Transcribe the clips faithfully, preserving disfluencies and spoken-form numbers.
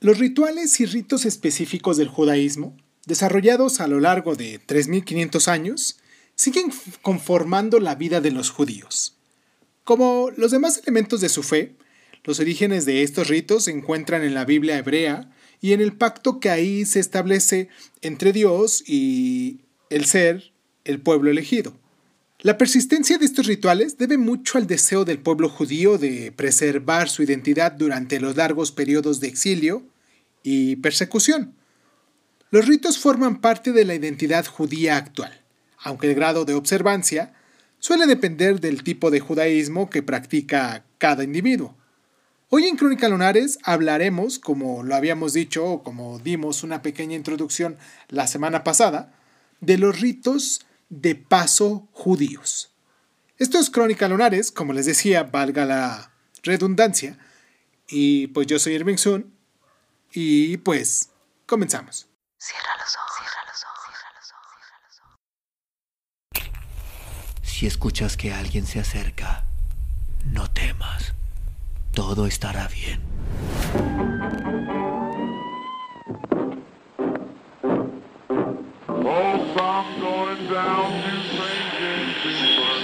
Los rituales y ritos específicos del judaísmo, desarrollados a lo largo de tres mil quinientos años, siguen conformando la vida de los judíos. Como los demás elementos de su fe, los orígenes de estos ritos se encuentran en la Biblia hebrea y en el pacto que ahí se establece entre Dios y el ser, el pueblo elegido. La persistencia de estos rituales debe mucho al deseo del pueblo judío de preservar su identidad durante los largos periodos de exilio y persecución. Los ritos forman parte de la identidad judía actual, aunque el grado de observancia suele depender del tipo de judaísmo que practica cada individuo. Hoy en Crónica Lunares hablaremos, como lo habíamos dicho o como dimos una pequeña introducción la semana pasada, de los ritos de paso judíos. Esto es Crónica Lunares, como les decía, valga la redundancia, y pues yo soy Irving Sun, y pues comenzamos. Cierra los ojos, cierra los ojos, cierra los ojos, cierra los ojos. Si escuchas que alguien se acerca, no temas. Todo estará bien. Oh, I'm going down to Saint James's Park.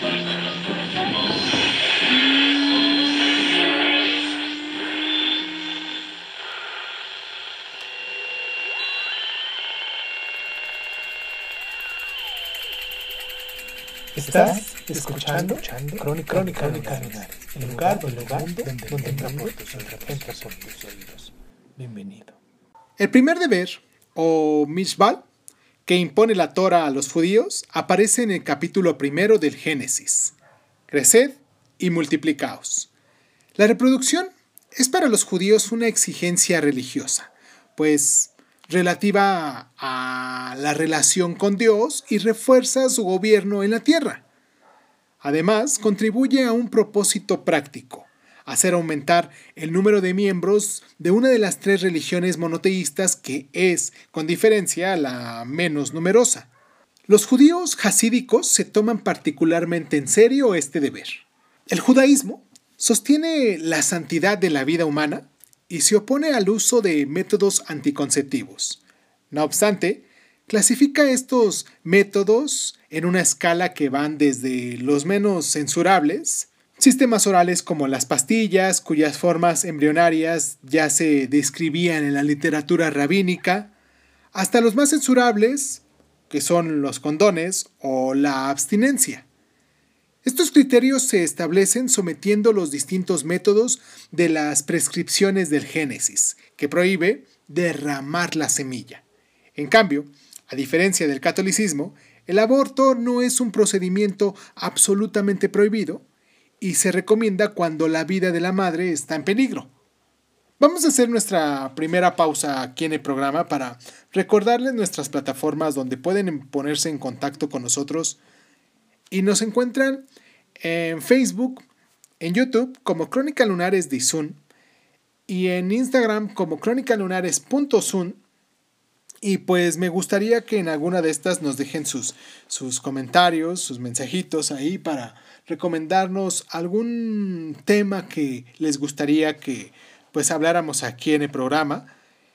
Estás escuchando Crónica Lunares, el lugar del mundo donde entra por tus oídos. Bienvenido. El primer deber, o mishval, que impone la Torá a los judíos, aparece en el capítulo primero del Génesis. Creced y multiplicaos. La reproducción es para los judíos una exigencia religiosa, pues relativa a la relación con Dios y refuerza su gobierno en la tierra. Además, contribuye a un propósito práctico, hacer aumentar el número de miembros de una de las tres religiones monoteístas que es, con diferencia, la menos numerosa. Los judíos hasídicos se toman particularmente en serio este deber. El judaísmo sostiene la santidad de la vida humana y se opone al uso de métodos anticonceptivos. No obstante, clasifica estos métodos en una escala que van desde los menos censurables, sistemas orales como las pastillas, cuyas formas embrionarias ya se describían en la literatura rabínica, hasta los más censurables, que son los condones o la abstinencia. Estos criterios se establecen sometiendo los distintos métodos de las prescripciones del Génesis, que prohíbe derramar la semilla. En cambio, a diferencia del catolicismo, el aborto no es un procedimiento absolutamente prohibido y se recomienda cuando la vida de la madre está en peligro. Vamos a hacer nuestra primera pausa aquí en el programa para recordarles nuestras plataformas donde pueden ponerse en contacto con nosotros. Y nos encuentran en Facebook, en YouTube como Crónica Lunares de Sun y en Instagram como crónicalunares punto sun. Y pues me gustaría que en alguna de estas nos dejen sus, sus comentarios, sus mensajitos ahí para recomendarnos algún tema que les gustaría que pues habláramos aquí en el programa.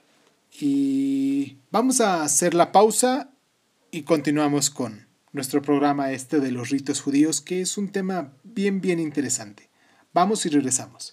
Y vamos a hacer la pausa y continuamos con nuestro programa este de los ritos judíos, que es un tema bien, bien interesante. Vamos y regresamos.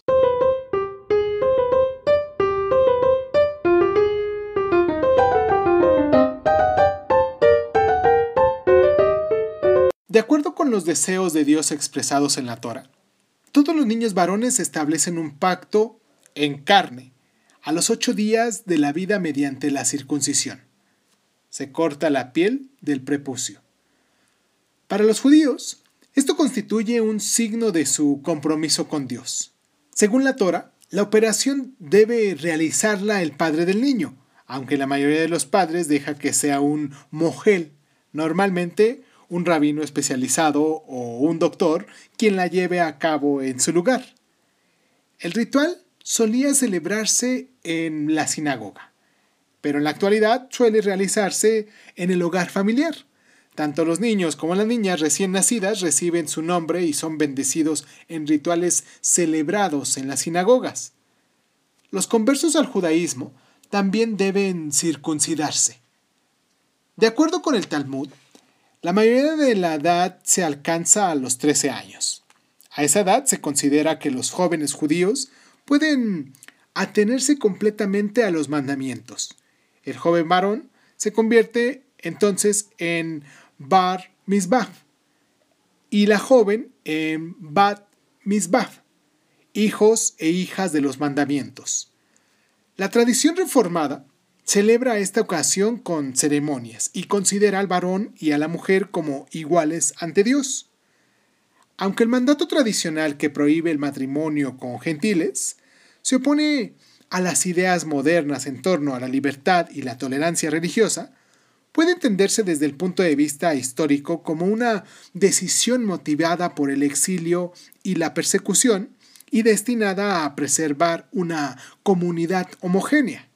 De acuerdo con los deseos de Dios expresados en la Torá, todos los niños varones establecen un pacto en carne a los ocho días de la vida mediante la circuncisión. Se corta la piel del prepucio. Para los judíos, esto constituye un signo de su compromiso con Dios. Según la Torá, la operación debe realizarla el padre del niño, aunque la mayoría de los padres deja que sea un mogel, normalmente un rabino especializado o un doctor, quien la lleve a cabo en su lugar. El ritual solía celebrarse en la sinagoga, pero en la actualidad suele realizarse en el hogar familiar. Tanto los niños como las niñas recién nacidas reciben su nombre y son bendecidos en rituales celebrados en las sinagogas. los conversos al judaísmo también deben circuncidarse. De acuerdo con el Talmud, la mayoría de la edad se alcanza a los trece años. A esa edad se considera que los jóvenes judíos pueden atenerse completamente a los mandamientos. El joven varón se convierte entonces en Bar Mizbah y la joven en Bat Mizbah, hijos e hijas de los mandamientos. La tradición reformada celebra esta ocasión con ceremonias y considera al varón y a la mujer como iguales ante Dios. Aunque el mandato tradicional que prohíbe el matrimonio con gentiles se opone a las ideas modernas en torno a la libertad y la tolerancia religiosa, puede entenderse desde el punto de vista histórico como una decisión motivada por el exilio y la persecución y destinada a preservar una comunidad homogénea.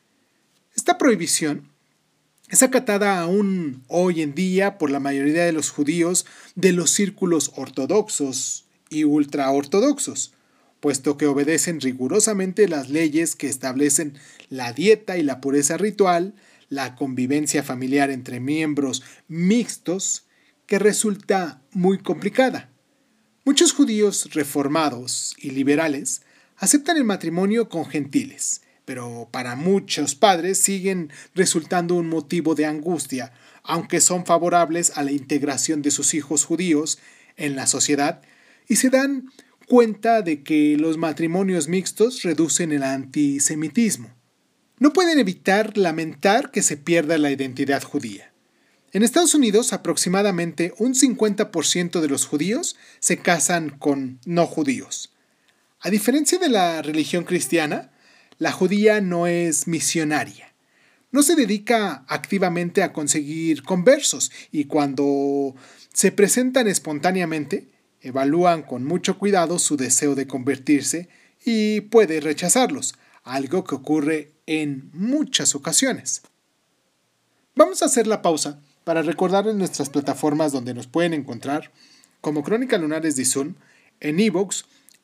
Esta prohibición es acatada aún hoy en día por la mayoría de los judíos de los círculos ortodoxos y ultraortodoxos, puesto que obedecen rigurosamente las leyes que establecen la dieta y la pureza ritual, la convivencia familiar entre miembros mixtos, que resulta muy complicada. Muchos judíos reformados y liberales aceptan el matrimonio con gentiles, pero para muchos padres siguen resultando un motivo de angustia, aunque son favorables a la integración de sus hijos judíos en la sociedad y se dan cuenta de que los matrimonios mixtos reducen el antisemitismo. No pueden evitar lamentar que se pierda la identidad judía. En Estados Unidos, aproximadamente un cincuenta por ciento de los judíos se casan con no judíos. A diferencia de la religión cristiana, la judía no es misionaria. No se dedica activamente a conseguir conversos y cuando se presentan espontáneamente, evalúan con mucho cuidado su deseo de convertirse y puede rechazarlos, algo que ocurre en muchas ocasiones. Vamos a hacer la pausa para recordarles nuestras plataformas donde nos pueden encontrar como Crónicas Lunares de Izun, en iVoox,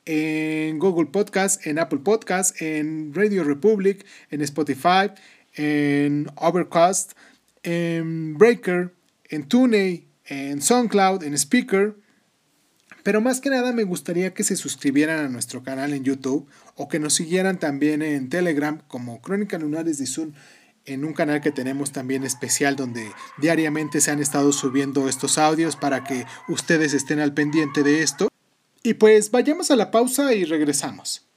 en Google Podcast, en Apple Podcast, en Radio Republic, en Spotify, en Overcast, en Breaker, en TuneIn, en SoundCloud, en Speaker. Pero más que nada me gustaría que se suscribieran a nuestro canal en YouTube o que nos siguieran también en Telegram como Crónicas Lunares de Izun, en un canal que tenemos también especial donde diariamente se han estado subiendo estos audios para que ustedes estén al pendiente de esto. Y pues vayamos a la pausa y regresamos.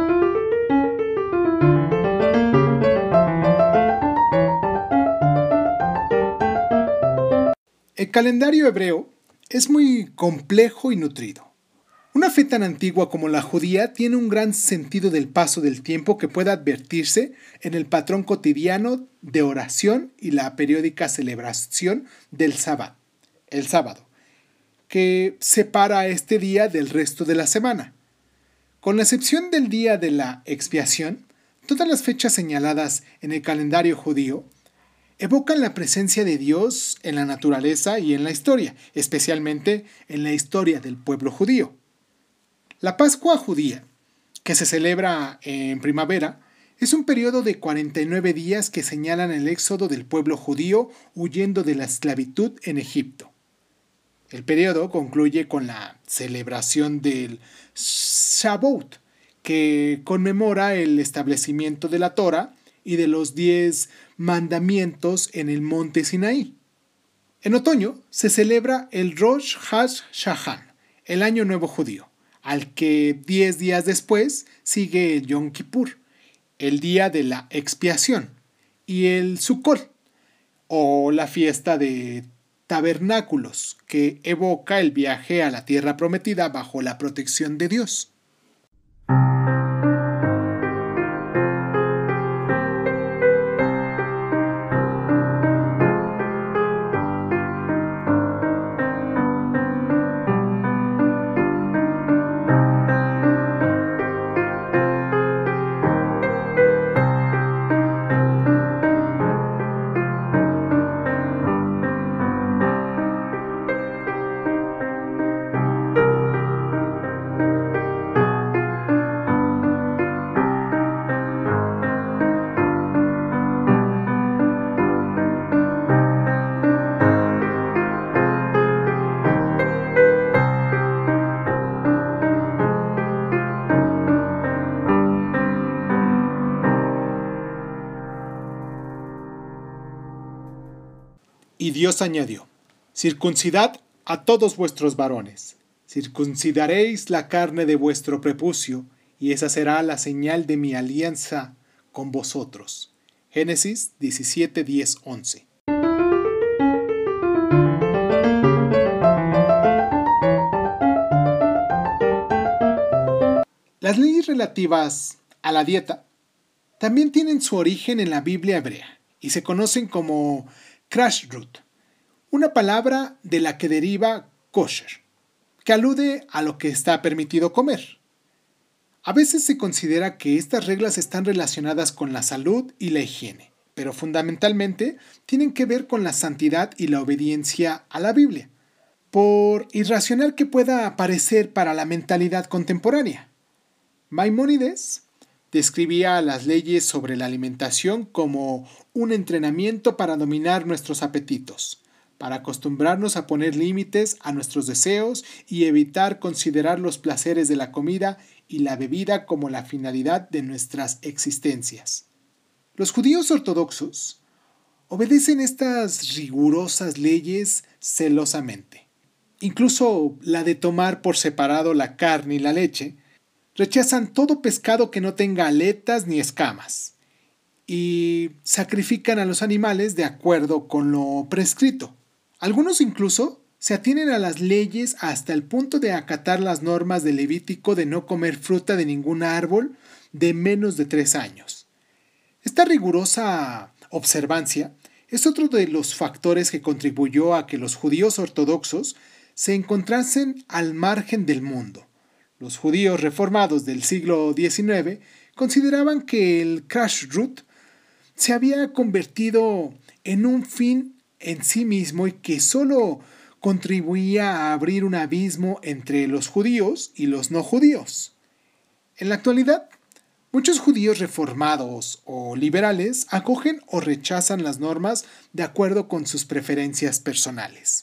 El calendario hebreo es muy complejo y nutrido. Una fe tan antigua como la judía tiene un gran sentido del paso del tiempo que puede advertirse en el patrón cotidiano de oración y la periódica celebración del sábado, el sábado, que separa este día del resto de la semana. Con la excepción del día de la expiación, todas las fechas señaladas en el calendario judío evocan la presencia de Dios en la naturaleza y en la historia, especialmente en la historia del pueblo judío. La Pascua judía, que se celebra en primavera, es un periodo de cuarenta y nueve días que señalan el éxodo del pueblo judío huyendo de la esclavitud en Egipto. El periodo concluye con la celebración del Shavuot, que conmemora el establecimiento de la Torá y de los diez mandamientos en el monte Sinaí. En otoño se celebra el Rosh Hashanah, el Año Nuevo Judío, al que diez días después sigue el Yom Kippur, el día de la expiación, y el Sukkot, o la fiesta de tabernáculos, que evoca el viaje a la tierra prometida bajo la protección de Dios. Y Dios añadió: circuncidad a todos vuestros varones, circuncidaréis la carne de vuestro prepucio, y esa será la señal de mi alianza con vosotros. Génesis diecisiete, diez, once. Las leyes relativas a la dieta también tienen su origen en la Biblia hebrea y se conocen como kashrut, una palabra de la que deriva kosher, que alude a lo que está permitido comer. A veces se considera que estas reglas están relacionadas con la salud y la higiene, pero fundamentalmente tienen que ver con la santidad y la obediencia a la Biblia, por irracional que pueda parecer para la mentalidad contemporánea. Maimónides describía las leyes sobre la alimentación como un entrenamiento para dominar nuestros apetitos, para acostumbrarnos a poner límites a nuestros deseos y evitar considerar los placeres de la comida y la bebida como la finalidad de nuestras existencias. Los judíos ortodoxos obedecen estas rigurosas leyes celosamente. Incluso la de tomar por separado la carne y la leche. Rechazan todo pescado que no tenga aletas ni escamas y sacrifican a los animales de acuerdo con lo prescrito. Algunos incluso se atienen a las leyes hasta el punto de acatar las normas del Levítico de no comer fruta de ningún árbol de menos de tres años. Esta rigurosa observancia es otro de los factores que contribuyó a que los judíos ortodoxos se encontrasen al margen del mundo. Los judíos reformados del siglo diecinueve consideraban que el kashrut se había convertido en un fin en sí mismo y que solo contribuía a abrir un abismo entre los judíos y los no judíos. En la actualidad, muchos judíos reformados o liberales acogen o rechazan las normas de acuerdo con sus preferencias personales.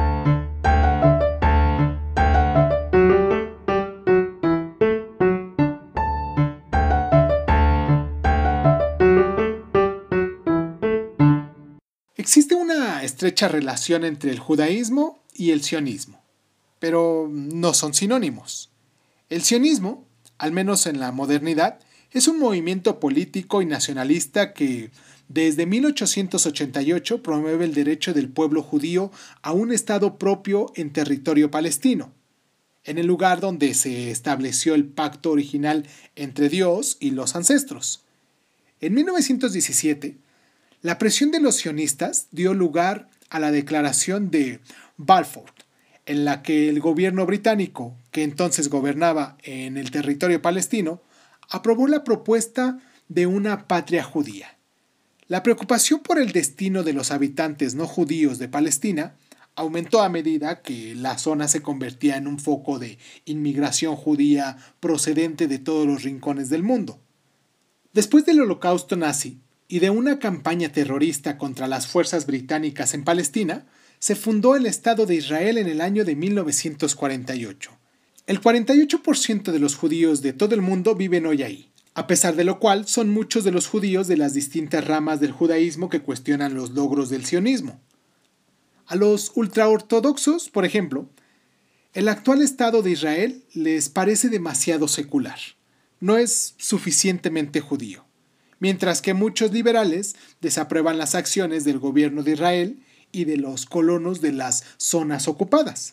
Existe una estrecha relación entre el judaísmo y el sionismo, pero no son sinónimos. El sionismo, al menos en la modernidad, es un movimiento político y nacionalista que desde mil ochocientos ochenta y ocho promueve el derecho del pueblo judío a un estado propio en territorio palestino, en el lugar donde se estableció el pacto original entre Dios y los ancestros. En mil novecientos diecisiete, la presión de los sionistas dio lugar a la declaración de Balfour, en la que el gobierno británico, que entonces gobernaba en el territorio palestino, aprobó la propuesta de una patria judía. La preocupación por el destino de los habitantes no judíos de Palestina aumentó a medida que la zona se convertía en un foco de inmigración judía procedente de todos los rincones del mundo. Después del Holocausto nazi y de una campaña terrorista contra las fuerzas británicas en Palestina, se fundó el Estado de Israel en el año de mil novecientos cuarenta y ocho. El cuarenta y ocho por ciento de los judíos de todo el mundo viven hoy ahí, a pesar de lo cual son muchos de los judíos de las distintas ramas del judaísmo que cuestionan los logros del sionismo. A los ultraortodoxos, por ejemplo, el actual Estado de Israel les parece demasiado secular, no es suficientemente judío, mientras que muchos liberales desaprueban las acciones del gobierno de Israel y de los colonos de las zonas ocupadas.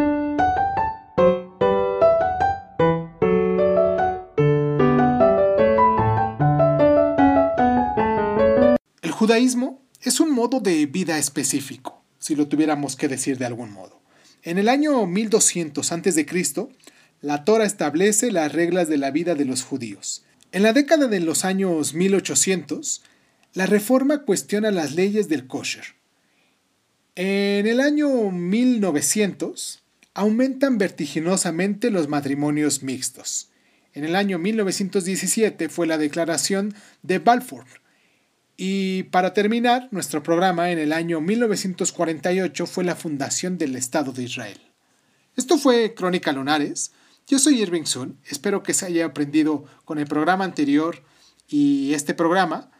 El judaísmo es un modo de vida específico, si lo tuviéramos que decir de algún modo. En el año mil doscientos antes de Cristo, la Torá establece las reglas de la vida de los judíos. En la década de los años mil ochocientos, la Reforma cuestiona las leyes del kosher. En el año mil novecientos, aumentan vertiginosamente los matrimonios mixtos. En el año mil novecientos diecisiete fue la declaración de Balfour. Y para terminar nuestro programa, en el año mil novecientos cuarenta y ocho fue la fundación del Estado de Israel. Esto fue Crónica Lunares. Yo soy Irving Sun, espero que se haya aprendido con el programa anterior y este programa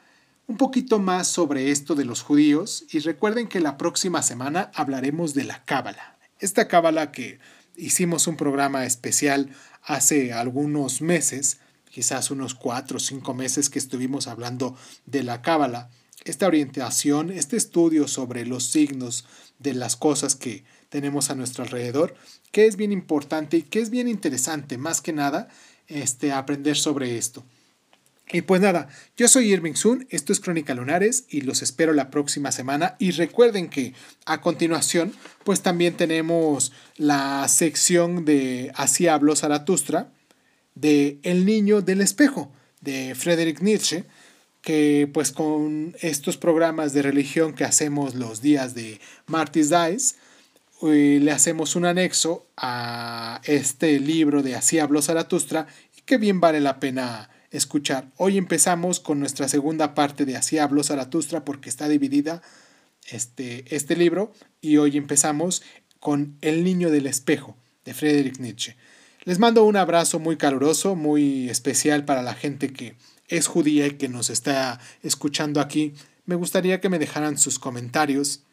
un poquito más sobre esto de los judíos y recuerden que la próxima semana hablaremos de la Cábala. Esta Cábala que hicimos un programa especial hace algunos meses, quizás unos cuatro o cinco meses que estuvimos hablando de la Cábala. Esta orientación, este estudio sobre los signos de las cosas que tenemos a nuestro alrededor, que es bien importante y que es bien interesante, más que nada, este, aprender sobre esto. Y pues nada, yo soy Irving Sun, esto es Crónica Lunares y los espero la próxima semana. Y recuerden que a continuación, pues también tenemos la sección de Así habló Zaratustra, de El niño del espejo, de Friedrich Nietzsche, que pues con estos programas de religión que hacemos los días de Martyrs Dies, eh, le hacemos un anexo a este libro de Así habló Zaratustra y que bien vale la pena escuchar. Hoy empezamos con nuestra segunda parte de Así habló Zaratustra porque está dividida este, este libro y hoy empezamos con El niño del espejo de Friedrich Nietzsche. Les mando un abrazo muy caluroso, muy especial para la gente que es judía y que nos está escuchando aquí. Me gustaría que me dejaran sus comentarios.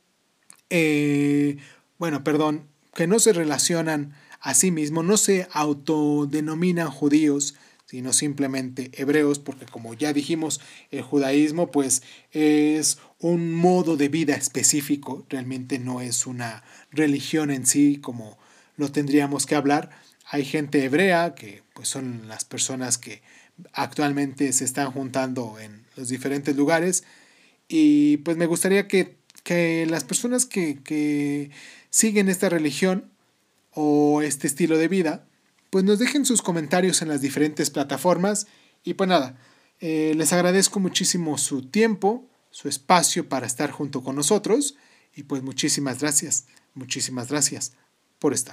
Eh, bueno, perdón, que no se relacionan a sí mismos, no se autodenominan judíos, sino simplemente hebreos, porque como ya dijimos, el judaísmo pues es un modo de vida específico, realmente no es una religión en sí como lo tendríamos que hablar. Hay gente hebrea, que pues son las personas que actualmente se están juntando en los diferentes lugares, y pues me gustaría que, que las personas que, que siguen esta religión o este estilo de vida, pues nos dejen sus comentarios en las diferentes plataformas. Y pues nada, eh, les agradezco muchísimo su tiempo, su espacio para estar junto con nosotros, y pues muchísimas gracias, muchísimas gracias por estar.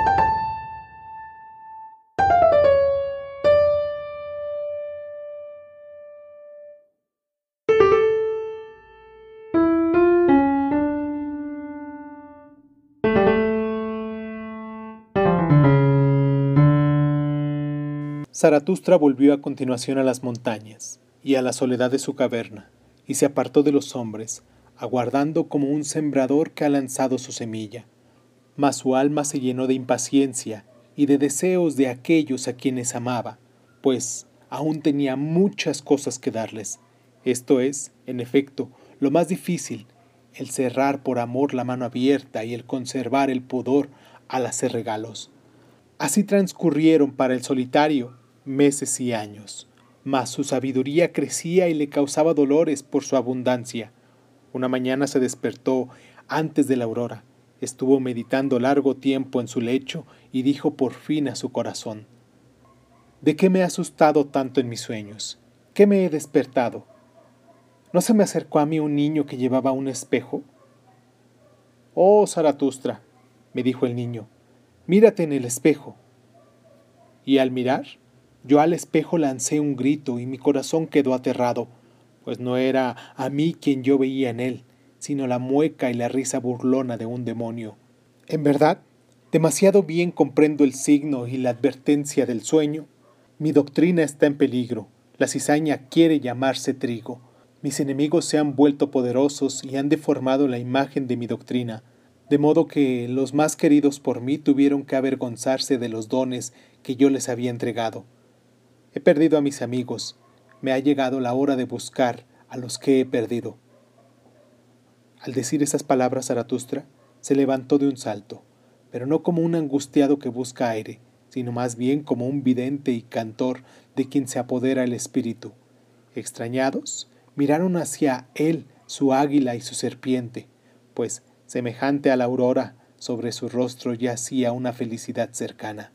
Zaratustra volvió a continuación a las montañas y a la soledad de su caverna, y se apartó de los hombres, aguardando como un sembrador que ha lanzado su semilla. Mas su alma se llenó de impaciencia y de deseos de aquellos a quienes amaba, pues aún tenía muchas cosas que darles. Esto es, en efecto, lo más difícil, el cerrar por amor la mano abierta y el conservar el pudor al hacer regalos. Así transcurrieron para el solitario meses y años, mas su sabiduría crecía y le causaba dolores por su abundancia. Una mañana se despertó antes de la aurora, estuvo meditando largo tiempo en su lecho y dijo por fin a su corazón: ¿de qué me he asustado tanto en mis sueños? ¿Qué me he despertado? ¿No se me acercó a mí un niño que llevaba un espejo? Oh, Zaratustra, me dijo el niño, mírate en el espejo. Y al mirar, yo al espejo lancé un grito y mi corazón quedó aterrado, pues no era a mí quien yo veía en él, sino la mueca y la risa burlona de un demonio. En verdad, demasiado bien comprendo el signo y la advertencia del sueño. Mi doctrina está en peligro, la cizaña quiere llamarse trigo. Mis enemigos se han vuelto poderosos y han deformado la imagen de mi doctrina, de modo que los más queridos por mí tuvieron que avergonzarse de los dones que yo les había entregado. He perdido a mis amigos, me ha llegado la hora de buscar a los que he perdido. Al decir esas palabras, Zaratustra se levantó de un salto, pero no como un angustiado que busca aire, sino más bien como un vidente y cantor de quien se apodera el espíritu. Extrañados, miraron hacia él su águila y su serpiente, pues, semejante a la aurora, sobre su rostro yacía una felicidad cercana.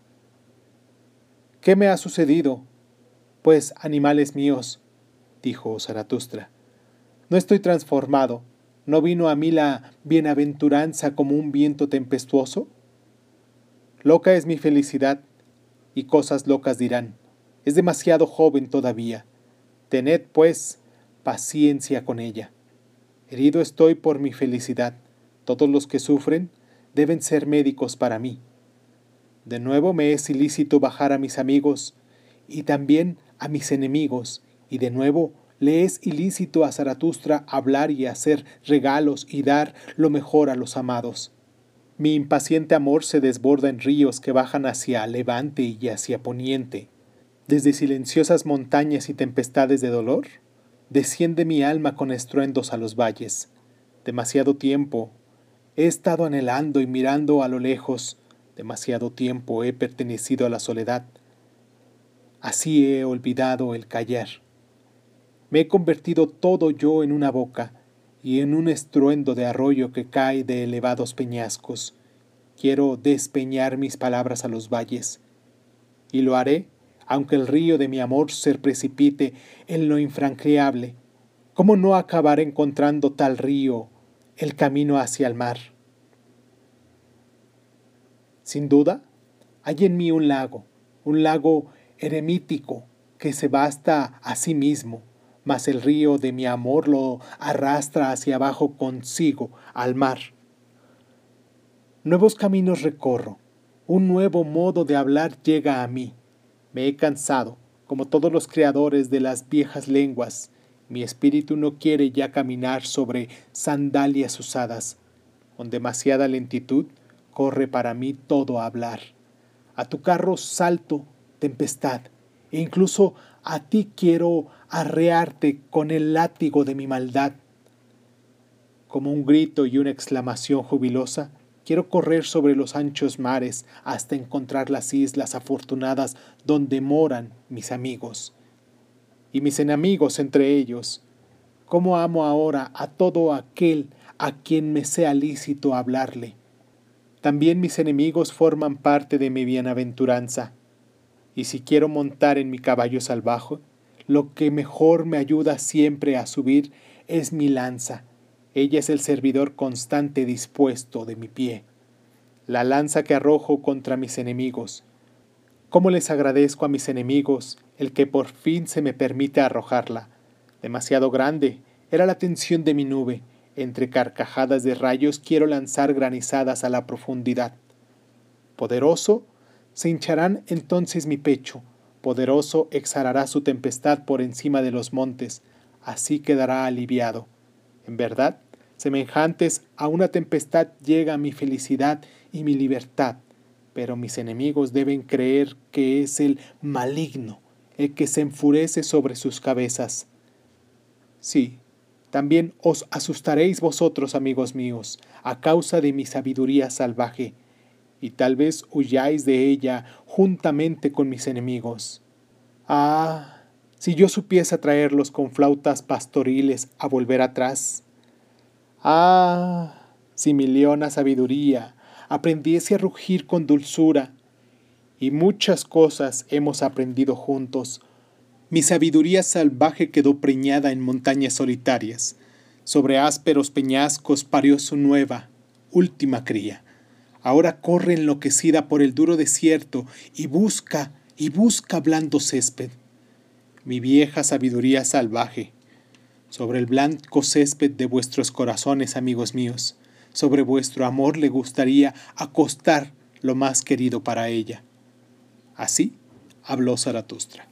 ¿Qué me ha sucedido? Pues, animales míos, dijo Zaratustra, no estoy transformado, ¿no vino a mí la bienaventuranza como un viento tempestuoso? Loca es mi felicidad, y cosas locas dirán, es demasiado joven todavía. Tened, pues, paciencia con ella. Herido estoy por mi felicidad, todos los que sufren deben ser médicos para mí. De nuevo me es ilícito bajar a mis amigos y también a mis enemigos, y de nuevo Le es ilícito a Zaratustra hablar y hacer regalos y dar lo mejor a los amados. Mi impaciente amor se desborda en ríos que bajan hacia levante y hacia poniente. Desde silenciosas montañas y tempestades de dolor, desciende mi alma con estruendos a los valles. Demasiado tiempo he estado anhelando y mirando a lo lejos, demasiado tiempo he pertenecido a la soledad. Así he olvidado el callar. Me he convertido todo yo en una boca y en un estruendo de arroyo que cae de elevados peñascos. Quiero despeñar mis palabras a los valles, y lo haré aunque el río de mi amor se precipite en lo infranqueable. ¿Cómo no acabar encontrando tal río el camino hacia el mar? Sin duda, hay en mí un lago, un lago eremítico que se basta a sí mismo, mas el río de mi amor lo arrastra hacia abajo consigo, al mar. Nuevos caminos recorro, un nuevo modo de hablar llega a mí. Me he cansado, como todos los creadores de las viejas lenguas. Mi espíritu no quiere ya caminar sobre sandalias usadas. Con demasiada lentitud corre para mí todo hablar. A tu carro salto, tempestad, e incluso a ti quiero arrearte con el látigo de mi maldad. Como un grito y una exclamación jubilosa, quiero correr sobre los anchos mares hasta encontrar las islas afortunadas donde moran mis amigos. Y mis enemigos entre ellos. ¿Cómo amo ahora a todo aquel a quien me sea lícito hablarle? También mis enemigos forman parte de mi bienaventuranza. Y si quiero montar en mi caballo salvaje, lo que mejor me ayuda siempre a subir es mi lanza. Ella es el servidor constante dispuesto de mi pie. La lanza que arrojo contra mis enemigos. ¿Cómo les agradezco a mis enemigos el que por fin se me permite arrojarla? Demasiado grande era la tensión de mi nube. Entre carcajadas de rayos quiero lanzar granizadas a la profundidad. Poderoso, se hincharán entonces mi pecho. Poderoso exhalará su tempestad por encima de los montes. Así quedará aliviado. En verdad, semejantes a una tempestad llega mi felicidad y mi libertad, pero mis enemigos deben creer que es el maligno el que se enfurece sobre sus cabezas. Sí, también os asustaréis vosotros, amigos míos, a causa de mi sabiduría salvaje, y tal vez huyáis de ella juntamente con mis enemigos. Ah, si yo supiese traerlos con flautas pastoriles a volver atrás. Ah, si mi leona sabiduría aprendiese a rugir con dulzura. Y muchas cosas hemos aprendido juntos. Mi sabiduría salvaje quedó preñada en montañas solitarias. Sobre ásperos peñascos parió su nueva, última cría. Ahora corre enloquecida por el duro desierto y busca y busca blando césped. Mi vieja sabiduría salvaje, sobre el blanco césped de vuestros corazones, amigos míos, sobre vuestro amor le gustaría acostar lo más querido para ella. Así habló Zaratustra.